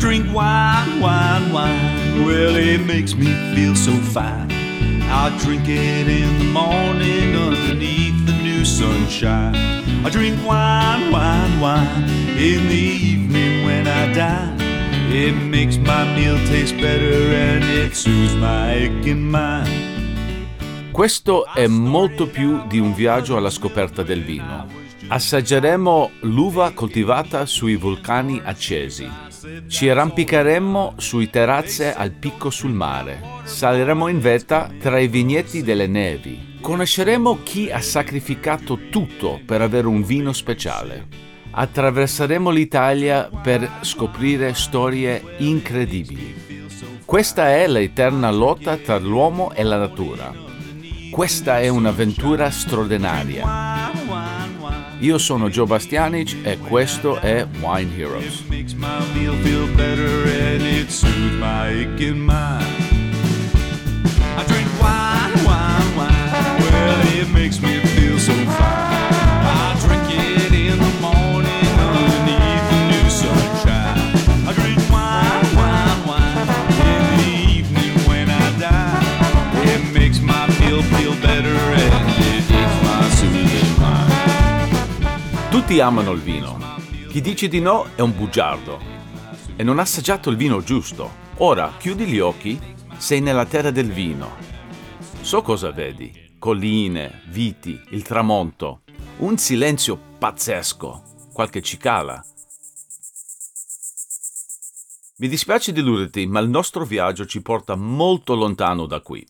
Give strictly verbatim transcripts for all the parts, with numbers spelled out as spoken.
drink wine, wine, wine. Well, it makes me feel so fine. I drink it in the morning underneath the new sunshine. I drink wine, wine, wine in the evening when I dine. It makes my meal taste better and it soothes my aching mind. Questo è molto più di un viaggio alla scoperta del vino. Assaggeremo l'uva coltivata sui vulcani accesi. Ci arrampicheremo sui terrazze al picco sul mare. Saliremo in vetta tra i vigneti delle nevi. Conosceremo chi ha sacrificato tutto per avere un vino speciale. Attraverseremo l'Italia per scoprire storie incredibili. Questa è l'eterna lotta tra l'uomo e la natura. Questa è un'avventura straordinaria. Io sono Joe Bastianic e questo è Wine Heroes. Tutti amano il vino. Chi dice di no è un bugiardo e non ha assaggiato il vino giusto. Ora, chiudi gli occhi, sei nella terra del vino. So cosa vedi. Colline, viti, il tramonto. Un silenzio pazzesco. Qualche cicala. Mi dispiace deluderti, ma il nostro viaggio ci porta molto lontano da qui.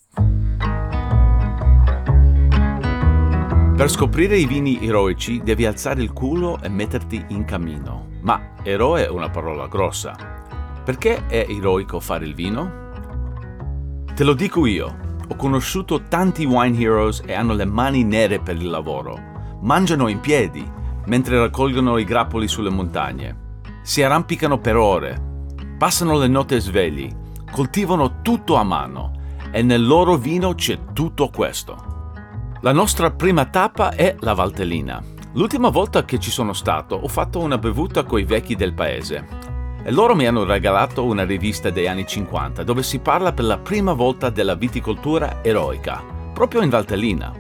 Per scoprire i vini eroici devi alzare il culo e metterti in cammino. Ma eroe è una parola grossa. Perché è eroico fare il vino? Te lo dico io. Ho conosciuto tanti wine heroes e hanno le mani nere per il lavoro. Mangiano in piedi mentre raccolgono i grappoli sulle montagne. Si arrampicano per ore. Passano le notte svegli. Coltivano tutto a mano. E nel loro vino c'è tutto questo. La nostra prima tappa è la Valtellina. L'ultima volta che ci sono stato ho fatto una bevuta coi vecchi del paese e loro mi hanno regalato una rivista degli anni cinquanta dove si parla per la prima volta della viticoltura eroica, proprio in Valtellina.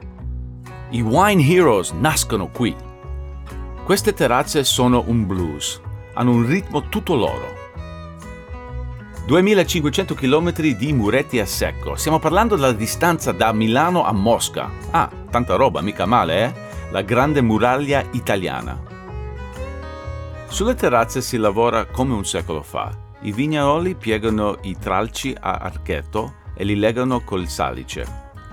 I Wine Heroes nascono qui. Queste terrazze sono un blues, hanno un ritmo tutto loro. duemilacinquecento chilometri di muretti a secco. Stiamo parlando della distanza da Milano a Mosca. Ah, tanta roba, mica male, eh? La grande muraglia italiana. Sulle terrazze si lavora come un secolo fa. I vignaioli piegano i tralci a archetto e li legano col salice.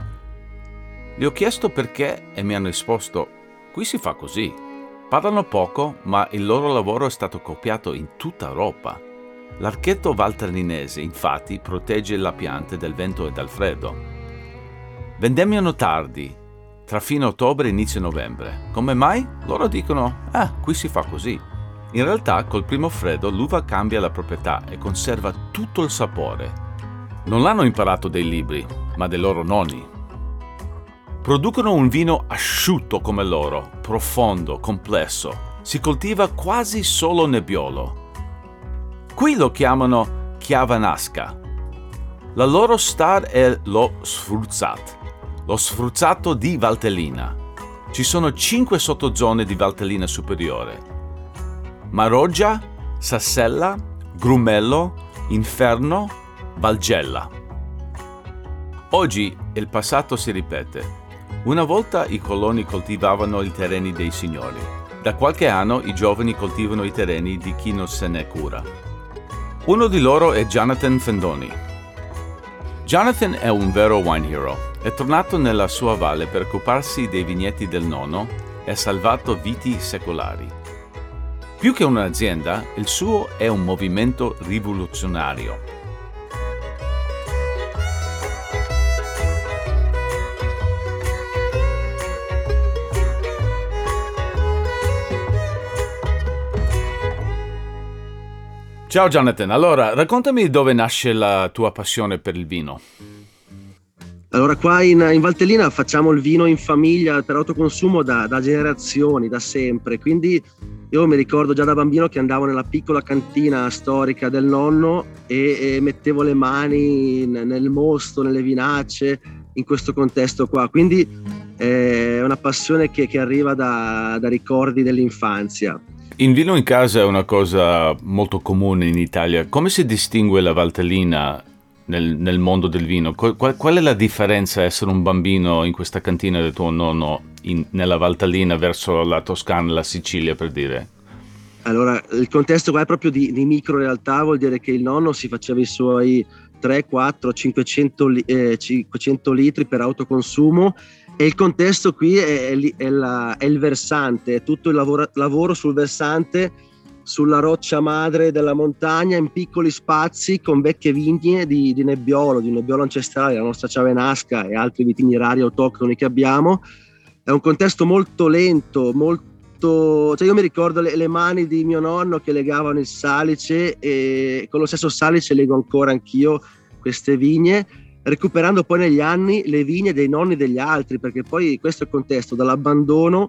Gli ho chiesto perché e mi hanno risposto: qui si fa così. Parlano poco, ma il loro lavoro è stato copiato in tutta Europa. L'archetto valtellinese, infatti, protegge la pianta dal vento e dal freddo. Vendemmiano tardi, tra fine ottobre e inizio novembre. Come mai? Loro dicono, ah, qui si fa così. In realtà, col primo freddo, l'uva cambia la proprietà e conserva tutto il sapore. Non l'hanno imparato dai libri, ma dai loro nonni. Producono un vino asciutto come loro, profondo, complesso. Si coltiva quasi solo Nebbiolo. Qui lo chiamano Chiavanasca. La loro star è lo Sfruzzat, lo sfruzzato di Valtellina. Ci sono cinque sottozone di Valtellina superiore: Maroggia, Sassella, Grumello, Inferno, Valgella. Oggi il passato si ripete. Una volta i coloni coltivavano i terreni dei signori. Da qualche anno i giovani coltivano i terreni di chi non se ne cura. Uno di loro è Jonathan Fendoni. Jonathan è un vero wine hero. È tornato nella sua valle per occuparsi dei vigneti del nonno e ha salvato viti secolari. Più che un'azienda, il suo è un movimento rivoluzionario. Ciao Jonathan, allora raccontami dove nasce la tua passione per il vino. Allora qua in, in Valtellina facciamo il vino in famiglia per autoconsumo da, da generazioni, da sempre, quindi Io mi ricordo già da bambino che andavo nella piccola cantina storica del nonno e, e mettevo le mani n- nel mosto, nelle vinacce, in questo contesto qua. Quindi eh, è una passione che, che arriva da, da ricordi dell'infanzia. Il vino in casa è una cosa molto comune in Italia. Come si distingue la Valtellina nel, nel mondo del vino? Qual, qual è la differenza essere un bambino in questa cantina del tuo nonno in, nella Valtellina verso la Toscana, la Sicilia, per dire? Allora, il contesto qua è proprio di, di micro realtà, vuol dire che il nonno si faceva i suoi tre, quattro, cinquecento, li, eh, cinquecento litri per autoconsumo, e il contesto qui è, è, è, la, è il versante, è tutto il lavoro, lavoro sul versante, sulla roccia madre della montagna, in piccoli spazi con vecchie vigne di, di Nebbiolo, di Nebbiolo ancestrale, la nostra Ciavenasca e altri vitigni rari autoctoni che abbiamo. È un contesto molto lento, molto... Cioè io mi ricordo le, le mani di mio nonno che legavano il salice, e con lo stesso salice lego ancora anch'io queste vigne, recuperando poi negli anni le vigne dei nonni degli altri, perché poi questo è il contesto dall'abbandono,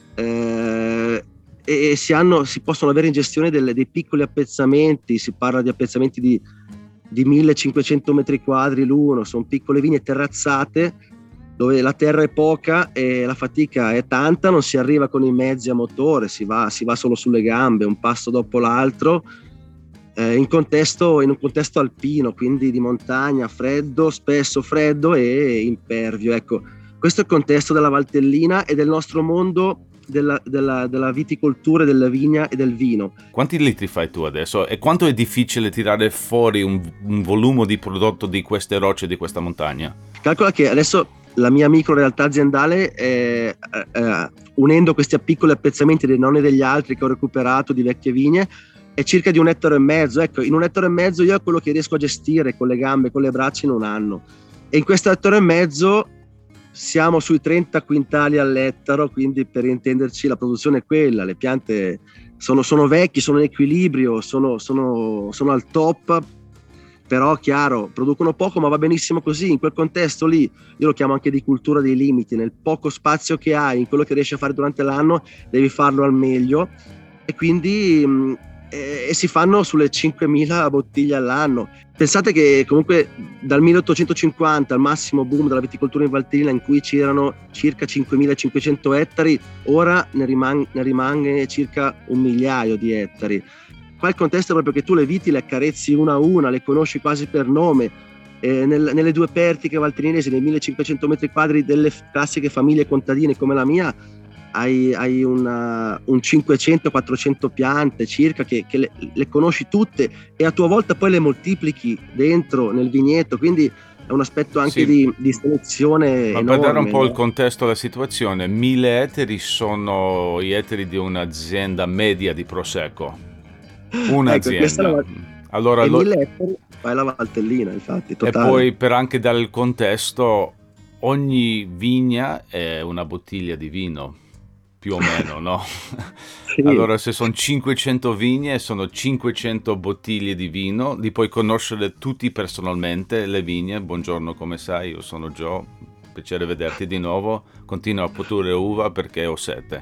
eh, e si, hanno, si possono avere in gestione delle, dei piccoli appezzamenti. Si parla di appezzamenti di, di millecinquecento metri quadri l'uno, sono piccole vigne terrazzate dove la terra è poca e la fatica è tanta, non si arriva con i mezzi a motore, si va, si va solo sulle gambe, un passo dopo l'altro, eh, in, contesto, in un contesto alpino, quindi di montagna, freddo, spesso freddo e impervio. Ecco, questo è il contesto della Valtellina e del nostro mondo della, della, della viticoltura, della vigna e del vino. Quanti litri fai tu adesso? E quanto è difficile tirare fuori un, un volume di prodotto di queste rocce, di questa montagna? Calcola che adesso la mia micro realtà aziendale, è, eh, unendo questi piccoli appezzamenti dei nonni degli altri che ho recuperato di vecchie vigne, è circa di un ettaro e mezzo. Ecco, in un ettaro e mezzo io è quello che riesco a gestire con le gambe, con le braccia in un anno. E in questo ettaro e mezzo siamo sui trenta quintali all'ettaro, quindi per intenderci la produzione è quella. Le piante sono, sono vecchie, sono in equilibrio, sono, sono, sono al top. Però chiaro, producono poco, ma va benissimo così. In quel contesto lì, io lo chiamo anche di cultura dei limiti, nel poco spazio che hai, in quello che riesci a fare durante l'anno, devi farlo al meglio, e quindi mh, e, e si fanno sulle cinquemila bottiglie all'anno. Pensate che comunque dal milleottocentocinquanta al massimo boom della viticoltura in Valtellina, in cui c'erano circa cinquemilacinquecento ettari, ora ne, rimang- ne rimane circa un migliaio di ettari. Qua il contesto è proprio che tu le viti le accarezzi una a una, le conosci quasi per nome. Eh, nel, nelle due pertiche valtellinesi, nei millecinquecento metri quadri delle classiche famiglie contadine come la mia, hai, hai una, un cinquecento quattrocento piante circa che, che le, le conosci tutte, e a tua volta poi le moltiplichi dentro nel vigneto, quindi è un aspetto anche sì. di, di selezione Ma enorme. per dare un po' no? il contesto alla situazione, mille ettari sono gli ettari di un'azienda media di Prosecco. Un'azienda. Ecco, allora, e lo... mille ettari fai la Valtellina, infatti, totale. E poi, per anche dare il contesto, ogni vigna è una bottiglia di vino, più o meno, no? Sì. Allora, se sono cinquecento vigne, sono cinquecento bottiglie di vino, li puoi conoscere tutti personalmente, le vigne. Buongiorno, come sai, io sono Joe, piacere vederti di nuovo, continuo a produrre uva perché ho sete.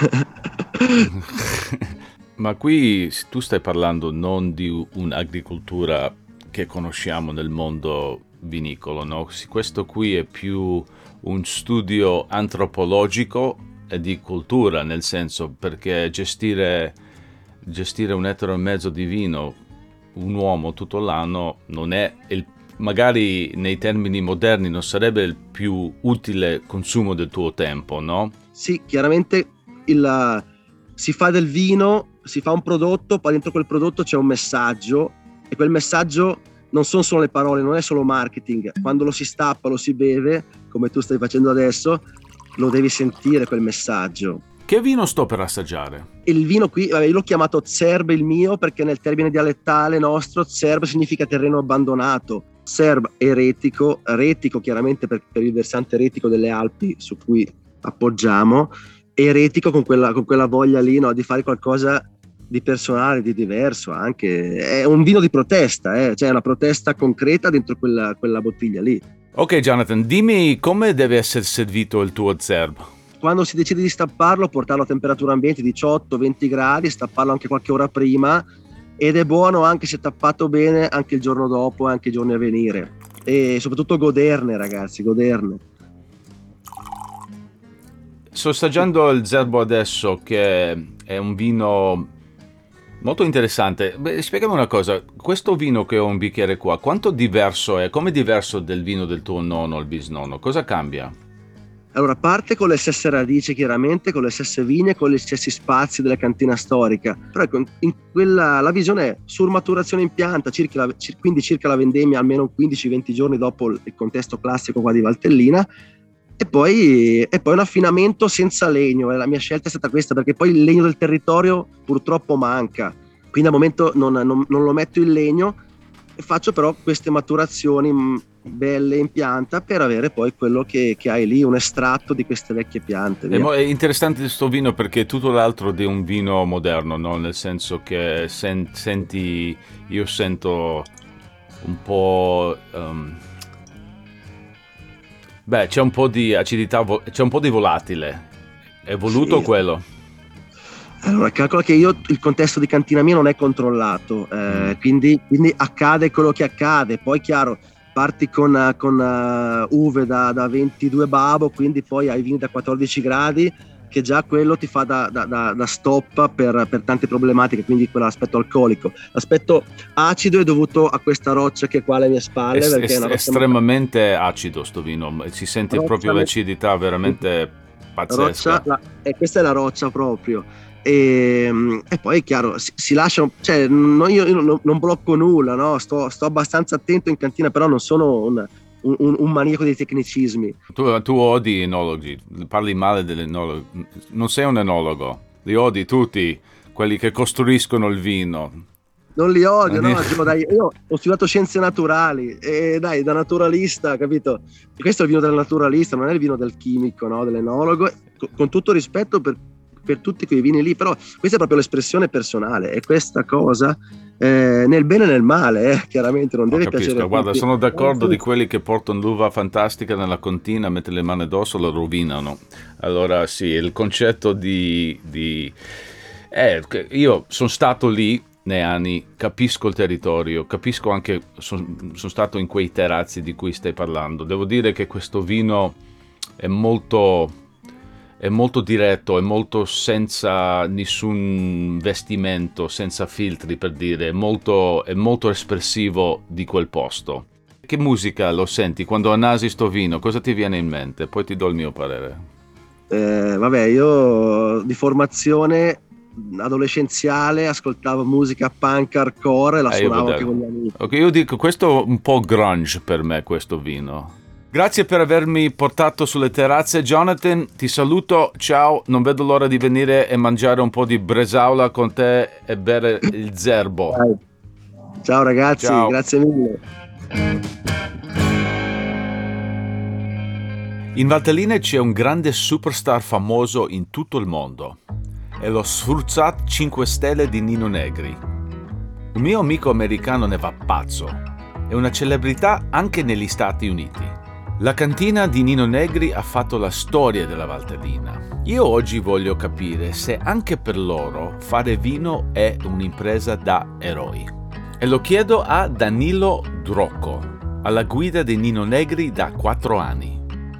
Ma qui tu stai parlando non di un'agricoltura che conosciamo nel mondo vinicolo, no? Questo qui è più un studio antropologico e di cultura, nel senso, perché gestire, gestire un ettaro e mezzo di vino, un uomo tutto l'anno, non è il, magari nei termini moderni non sarebbe il più utile consumo del tuo tempo, no? Sì, chiaramente il, si fa del vino, si fa un prodotto, poi dentro quel prodotto c'è un messaggio, e quel messaggio non sono solo le parole, non è solo marketing. Quando lo si stappa, lo si beve, come tu stai facendo adesso, lo devi sentire quel messaggio. Che vino sto per assaggiare? Il vino qui, vabbè, io l'ho chiamato Zerb il mio, perché nel termine dialettale nostro Zerb significa terreno abbandonato. Zerb eretico, retico chiaramente per, per il versante eretico delle Alpi su cui appoggiamo, eretico con quella, con quella voglia lì, no, di fare qualcosa di personale, di diverso anche. È un vino di protesta, eh? Cioè è una protesta concreta dentro quella, quella bottiglia lì. Ok Jonathan, dimmi come deve essere servito il tuo Zerb. quando si decide di stapparlo, portarlo a temperatura ambiente diciotto venti gradi, stapparlo anche qualche ora prima, ed è buono anche se tappato bene anche il giorno dopo e anche i giorni a venire, e soprattutto goderne, ragazzi, goderne. Sto assaggiando il Zerbo adesso, che è un vino molto interessante. Beh, spiegami una cosa, questo vino che ho un bicchiere qua, quanto diverso è? Come è diverso del vino del tuo nonno o il bisnonno? Cosa cambia? Allora, parte con le stesse radici, chiaramente, con le stesse vigne, con gli stessi spazi della cantina storica, però ecco, in quella, la visione è surmaturazione in pianta, circa la, quindi circa la vendemmia almeno quindici venti giorni dopo il contesto classico qua di Valtellina, e poi, e poi un affinamento senza legno. La mia scelta è stata questa, perché poi il legno del territorio purtroppo manca, quindi al momento non, non, non lo metto in legno, e faccio però queste maturazioni belle in pianta per avere poi quello che, che hai lì, un estratto di queste vecchie piante. È, mo- è interessante questo vino perché è tutto l'altro di un vino moderno, no? Nel senso che sen- senti, io sento un po'... Um, beh, c'è un po' di acidità, vo- c'è un po' di volatile. È voluto Sì. quello? Allora, calcola che io il contesto di cantina mia non è controllato, eh, mm. quindi, quindi accade quello che accade. Poi chiaro, parti con, con uh, uve da, da ventidue babo, quindi poi hai vini da quattordici gradi, che già quello ti fa da, da, da, da stop per, per tante problematiche, quindi quell'aspetto alcolico. L'aspetto acido è dovuto a questa roccia che è qua alle mie spalle. È, perché è, è una è estremamente molto... acido sto vino, si sente roccia proprio l'acidità veramente pazzesca. Roccia, la, e questa è la roccia proprio. E, e poi è chiaro, si, si lascia, cioè no, io, io non, non blocco nulla, no? sto, sto abbastanza attento in cantina, però non sono un, un, un maniaco dei tecnicismi. Tu, tu odi enologi, parli male degli enologi, non sei un enologo, li odi tutti, quelli che costruiscono il vino. Non li odio, no, no, dai, io ho studiato scienze naturali e dai, da naturalista, capito? Questo è il vino del naturalista, non è il vino del chimico, no? Dell'enologo, con, con tutto rispetto per per tutti quei vini lì, però questa è proprio l'espressione personale, e questa cosa eh, nel bene e nel male, eh, chiaramente non deve capisco. piacere. Guarda, tutti. sono d'accordo di quelli che portano l'uva fantastica nella contina, mettono le mani addosso, lo rovinano. Allora sì, il concetto di, di... Eh, io sono stato lì nei anni, capisco il territorio, capisco anche, sono son stato in quei terrazzi di cui stai parlando. Devo dire che questo vino è molto... è molto diretto, è molto senza nessun vestimento, senza filtri, per dire, è molto, è molto espressivo di quel posto. Che musica lo senti quando annasi sto vino? Cosa ti viene in mente? Poi ti do il mio parere. Eh, vabbè, io di formazione adolescenziale ascoltavo musica punk hardcore e la eh, suonavo anche con gli amici. Ok, io dico, questo è un po' grunge per me, questo vino. Grazie per avermi portato sulle terrazze, Jonathan, ti saluto, ciao, non vedo l'ora di venire e mangiare un po' di bresaola con te e bere il Zerbo. Ciao ragazzi, ciao. Grazie mille. In Valtellina c'è un grande superstar famoso in tutto il mondo, è lo Sfurzat cinque stelle di Nino Negri. Un mio amico americano ne va pazzo, è una celebrità anche negli Stati Uniti. La cantina di Nino Negri ha fatto la storia della Valtellina. Io oggi voglio capire se anche per loro fare vino è un'impresa da eroi. E lo chiedo a Danilo Drocco, alla guida di Nino Negri da quattro anni.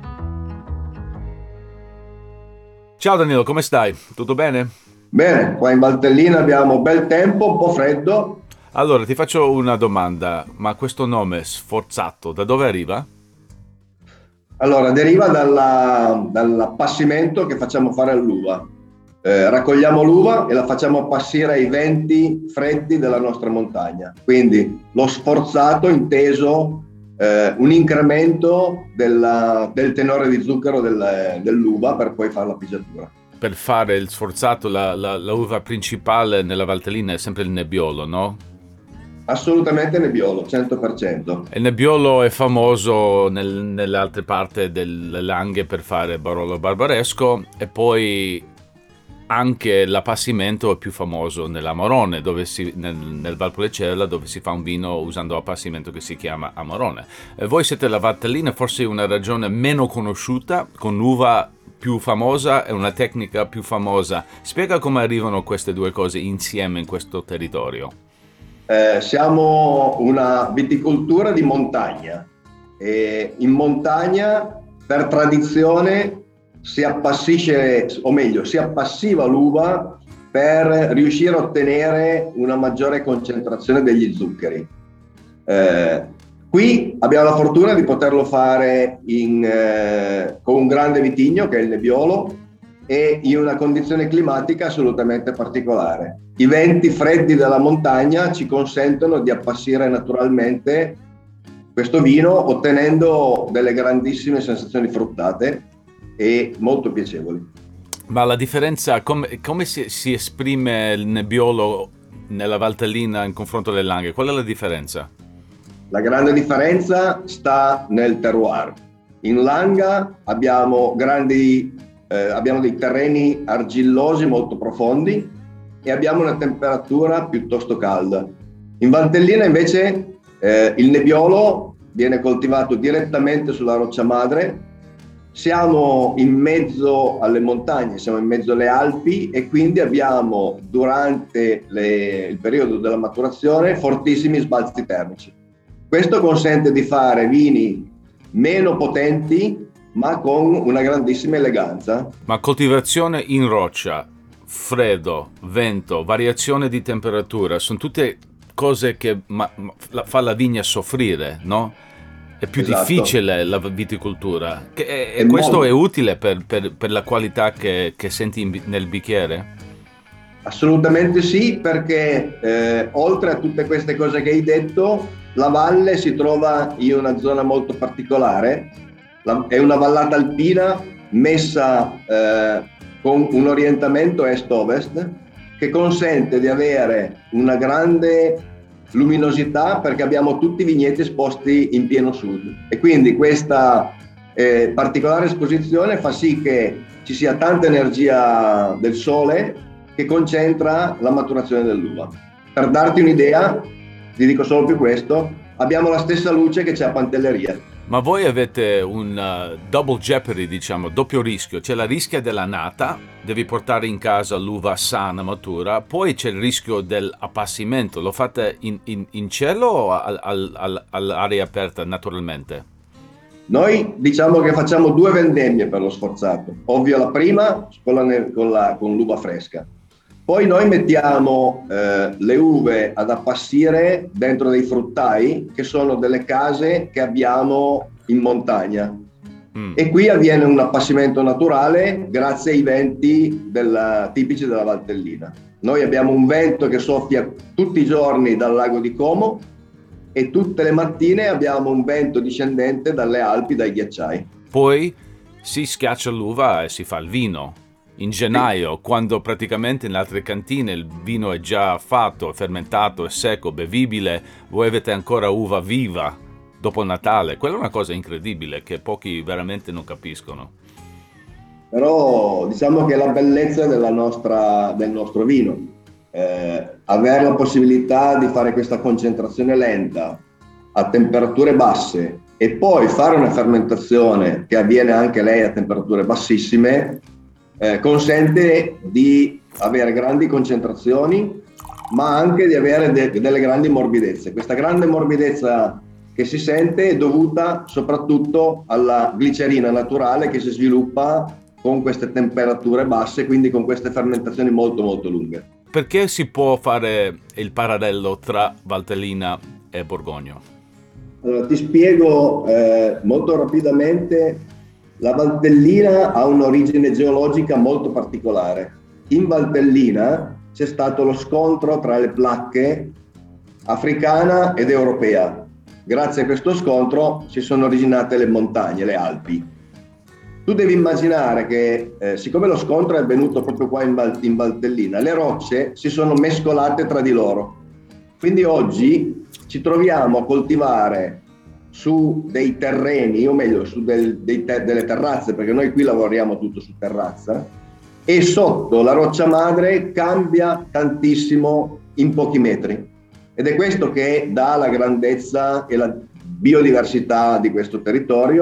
Ciao Danilo, come stai? Tutto bene? Bene, qua in Valtellina abbiamo bel tempo, un po' freddo. Allora, ti faccio una domanda, ma questo nome Sforzato, da dove arriva? Allora, deriva dalla, dall'appassimento che facciamo fare all'uva. Eh, raccogliamo l'uva e la facciamo appassire ai venti freddi della nostra montagna. Quindi lo sforzato inteso eh, un incremento della, del tenore di zucchero del, dell'uva per poi fare la pigiatura. Per fare il sforzato, la, la, la uva principale nella Valtellina è sempre il Nebbiolo, no? Assolutamente Nebbiolo, cento per cento. Il Nebbiolo è famoso nel, nelle altre parti delle Langhe per fare Barolo Barbaresco, e poi anche l'appassimento è più famoso nell'Amarone, dove si, nel, nel Valpolicella, dove si fa un vino usando appassimento che si chiama Amarone. E voi siete la Valtellina, forse una regione meno conosciuta, con uva più famosa e una tecnica più famosa. Spiega come arrivano queste due cose insieme in questo territorio. Eh, siamo una viticoltura di montagna e in montagna per tradizione si appassisce, o meglio, si appassiva l'uva per riuscire a ottenere una maggiore concentrazione degli zuccheri. Eh, qui abbiamo la fortuna di poterlo fare in, eh, con un grande vitigno che è il Nebbiolo e in una condizione climatica assolutamente particolare. I venti freddi della montagna ci consentono di appassire naturalmente questo vino ottenendo delle grandissime sensazioni fruttate e molto piacevoli. Ma la differenza, come, come si, si esprime il Nebbiolo nella Valtellina in confronto alle Langhe? Qual è la differenza? La grande differenza sta nel terroir. In Langa abbiamo grandi, eh, abbiamo dei terreni argillosi molto profondi e abbiamo una temperatura piuttosto calda. In Valtellina invece eh, il Nebbiolo viene coltivato direttamente sulla roccia madre. Siamo in mezzo alle montagne, siamo in mezzo alle Alpi e quindi abbiamo durante le, il periodo della maturazione fortissimi sbalzi termici. Questo consente di fare vini meno potenti ma con una grandissima eleganza. Ma coltivazione in roccia, freddo, vento, variazione di temperatura, sono tutte cose che ma, ma, la, fa la vigna soffrire, no? È più Esatto. difficile la viticoltura che, e, È e questo molto. è utile per, per, per la qualità che, che senti in, nel bicchiere? Assolutamente sì, perché eh, oltre a tutte queste cose che hai detto, la valle si trova in una zona molto particolare. La, è una vallata alpina messa eh, con un orientamento est-ovest che consente di avere una grande luminosità perché abbiamo tutti i vigneti esposti in pieno sud e quindi questa eh, particolare esposizione fa sì che ci sia tanta energia del sole che concentra la maturazione dell'uva. Per darti un'idea, ti dico solo più questo, abbiamo la stessa luce che c'è a Pantelleria. Ma voi avete un uh, double jeopardy, diciamo, doppio rischio. C'è la rischia della nata, devi portare in casa l'uva sana, matura, poi c'è il rischio dell'appassimento. Lo fate in, in, in cielo o al, al, al, all'aria aperta naturalmente? Noi diciamo che facciamo due vendemmie per lo sforzato. Ovvio la prima con, la, con, la, con l'uva fresca. Poi noi mettiamo eh, le uve ad appassire dentro dei fruttai che sono delle case che abbiamo in montagna mm. e qui avviene un appassimento naturale grazie ai venti della, tipici della Valtellina. Noi abbiamo un vento che soffia tutti i giorni dal lago di Como e tutte le mattine abbiamo un vento discendente dalle Alpi, dai ghiacciai. Poi si schiaccia l'uva e si fa il vino. In gennaio, sì. Quando praticamente in altre cantine il vino è già fatto, è fermentato, è secco, bevibile, voi avete ancora uva viva dopo Natale. Quella è una cosa incredibile che pochi veramente non capiscono. Però diciamo che è la bellezza della nostra, del nostro vino. Eh, avere la possibilità di fare questa concentrazione lenta a temperature basse e poi fare una fermentazione che avviene anche lei a temperature bassissime Eh, consente di avere grandi concentrazioni ma anche di avere de- delle grandi morbidezze. Questa grande morbidezza che si sente è dovuta soprattutto alla glicerina naturale che si sviluppa con queste temperature basse, quindi con queste fermentazioni molto molto lunghe. Perché si può fare il parallelo tra Valtellina e Borgogno? Allora ti spiego eh, molto rapidamente. La Valtellina ha un'origine geologica molto particolare. In Valtellina c'è stato lo scontro tra le placche africana ed europea. Grazie a questo scontro si sono originate le montagne, le Alpi. Tu devi immaginare che eh, siccome lo scontro è avvenuto proprio qua in, Val- in Valtellina, le rocce si sono mescolate tra di loro. Quindi oggi ci troviamo a coltivare su dei terreni, o meglio su del, dei te, delle terrazze, perché noi qui lavoriamo tutto su terrazza, e sotto la roccia madre cambia tantissimo in pochi metri. Ed è questo che dà la grandezza e la biodiversità di questo territorio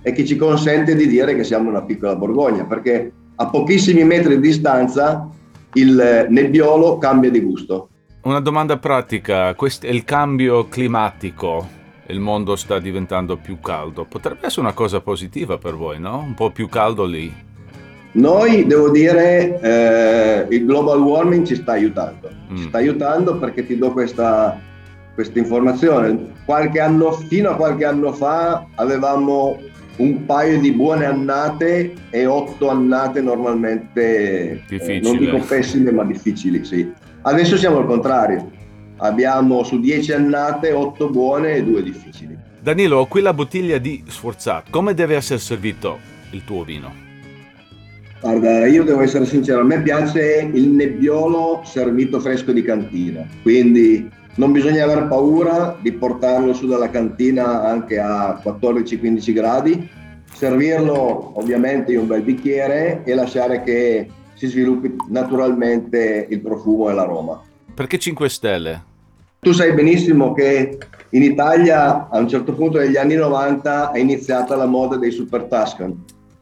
e che ci consente di dire che siamo una piccola Borgogna, perché a pochissimi metri di distanza il Nebbiolo cambia di gusto. Una domanda pratica, questo è il cambio climatico, il mondo sta diventando più caldo, potrebbe essere una cosa positiva per voi, no? Un po' più caldo lì. Noi, devo dire, eh, il global warming ci sta aiutando, Mm. ci sta aiutando perché ti do questa, questa informazione. Qualche anno, fino a qualche anno fa avevamo un paio di buone annate e otto annate normalmente, eh, non dico pessime ma difficili, sì. Adesso siamo al contrario, abbiamo su dieci annate otto buone e due difficili. Danilo, ho qui la bottiglia di Sforzato, come deve essere servito il tuo vino? Guarda, io devo essere sincero, a me piace il Nebbiolo servito fresco di cantina, quindi non bisogna aver paura di portarlo su dalla cantina anche a quattordici quindici gradi, servirlo ovviamente in un bel bicchiere e lasciare che si sviluppi naturalmente il profumo e l'aroma. Perché cinque stelle? Tu sai benissimo che in Italia a un certo punto negli anni novanta è iniziata la moda dei Super Tuscan.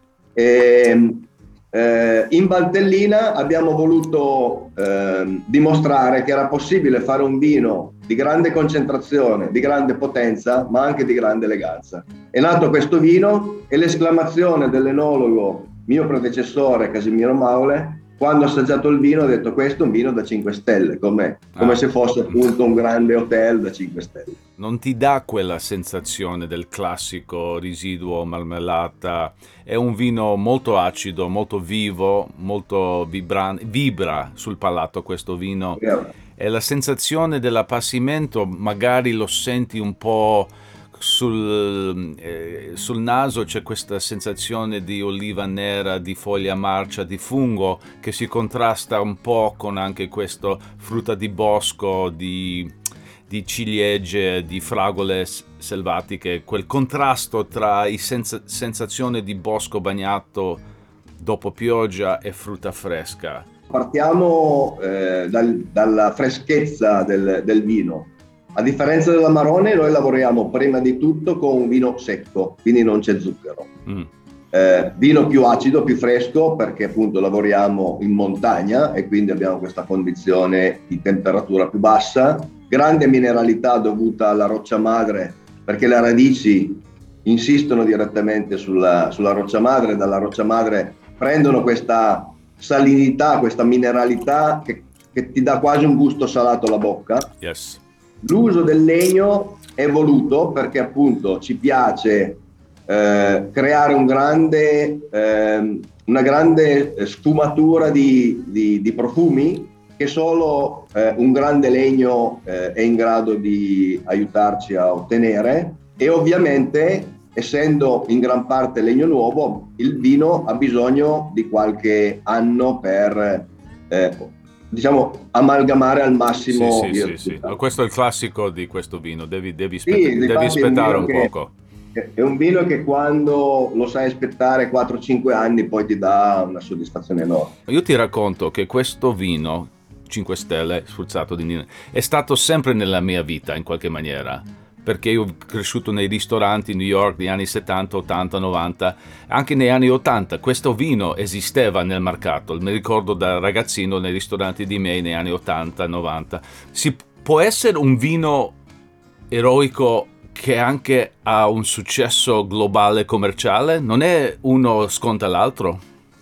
E, eh, in Valtellina abbiamo voluto eh, dimostrare che era possibile fare un vino di grande concentrazione, di grande potenza, ma anche di grande eleganza. È nato questo vino e l'esclamazione dell'enologo, mio predecessore Casimiro Maule, quando ha assaggiato il vino ha detto: questo è un vino da cinque stelle, come, come ah. se fosse appunto un grande hotel da cinque stelle. Non ti dà quella sensazione del classico residuo marmellata, è un vino molto acido, molto vivo, molto vibrante, vibra sul palato questo vino. Yeah. E la sensazione dell'appassimento magari lo senti un po' sul, eh, sul naso, c'è questa sensazione di oliva nera, di foglia marcia, di fungo che si contrasta un po' con anche questo frutta di bosco, di, di ciliegie, di fragole selvatiche, quel contrasto tra i sens- sensazione di bosco bagnato dopo pioggia e frutta fresca. Partiamo eh, dal, dalla freschezza del, del vino. A differenza dell'Amarone, noi lavoriamo prima di tutto con un vino secco, quindi non c'è zucchero. Mm. Eh, vino più acido, più fresco, perché appunto lavoriamo in montagna e quindi abbiamo questa condizione di temperatura più bassa. Grande mineralità dovuta alla roccia madre, perché le radici insistono direttamente sulla, sulla roccia madre, dalla roccia madre prendono questa salinità, questa mineralità che, che ti dà quasi un gusto salato alla bocca. Yes. L'uso del legno è voluto perché appunto ci piace eh, creare un grande, eh, una grande sfumatura di, di, di profumi che solo eh, un grande legno eh, è in grado di aiutarci a ottenere, e ovviamente essendo in gran parte legno nuovo il vino ha bisogno di qualche anno per eh, diciamo amalgamare al massimo. Sì, sì, sì, sì. Questo è il classico di questo vino, devi, devi, sì, spett- devi aspettare un, un che, poco. È un vino che quando lo sai aspettare quattro cinque anni poi ti dà una soddisfazione enorme. Io ti racconto che questo vino cinque stelle Sforzato di Nina è stato sempre nella mia vita in qualche maniera, perché io ho cresciuto nei ristoranti in New York negli anni settanta, ottanta, novanta, anche negli anni ottanta questo vino esisteva nel mercato, mi ricordo da ragazzino nei ristoranti di me negli anni ottanta, novanta. Si può essere un vino eroico che anche ha un successo globale commerciale? Non è uno sconta l'altro?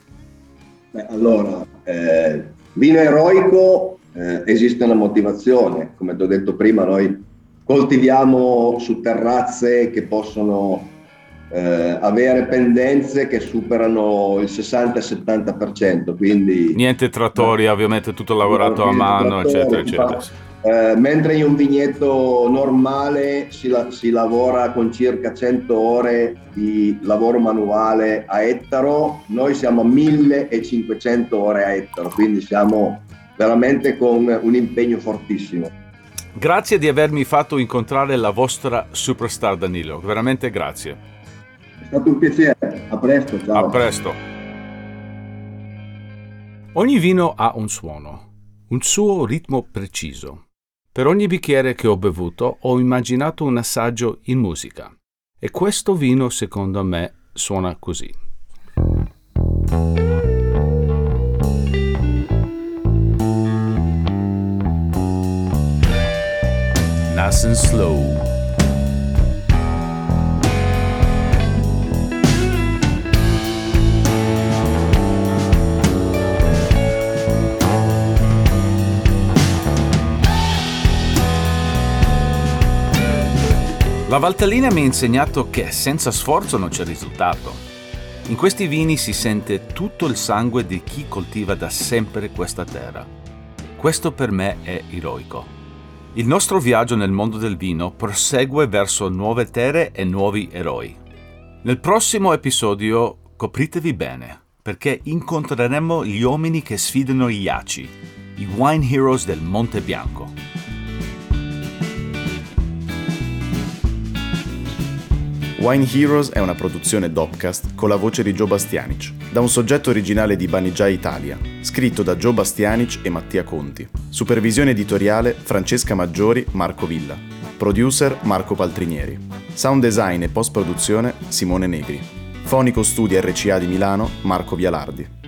Beh, allora, eh, vino eroico eh, esiste una motivazione, come ti ho detto prima, noi coltiviamo su terrazze che possono eh, avere pendenze che superano il sessanta settanta per cento, quindi niente trattori, eh, ovviamente tutto lavorato a mano, trattori, eccetera eccetera. Eh, mentre in un vigneto normale si, la, si lavora con circa cento ore di lavoro manuale a ettaro, noi siamo a millecinquecento ore a ettaro, quindi siamo veramente con un impegno fortissimo. Grazie di avermi fatto incontrare la vostra superstar Danilo, veramente grazie. È stato un piacere, a presto, ciao. A presto. Ogni vino ha un suono, un suo ritmo preciso. Per ogni bicchiere che ho bevuto ho immaginato un assaggio in musica. E questo vino, secondo me, suona così. Nice and slow. La Valtellina mi ha insegnato che senza sforzo non c'è risultato. In questi vini si sente tutto il sangue di chi coltiva da sempre questa terra. Questo per me è eroico. Il nostro viaggio nel mondo del vino prosegue verso nuove terre e nuovi eroi. Nel prossimo episodio copritevi bene, perché incontreremo gli uomini che sfidano gli ghiacci, i Wine Heroes del Monte Bianco. Wine Heroes è una produzione Dopcast con la voce di Joe Bastianic, da un soggetto originale di Banijay Italia, scritto da Joe Bastianic e Mattia Conti. Supervisione editoriale Francesca Maggiori, Marco Villa. Producer Marco Paltrinieri. Sound design e post-produzione Simone Negri. Fonico Studio R C A di Milano, Marco Vialardi.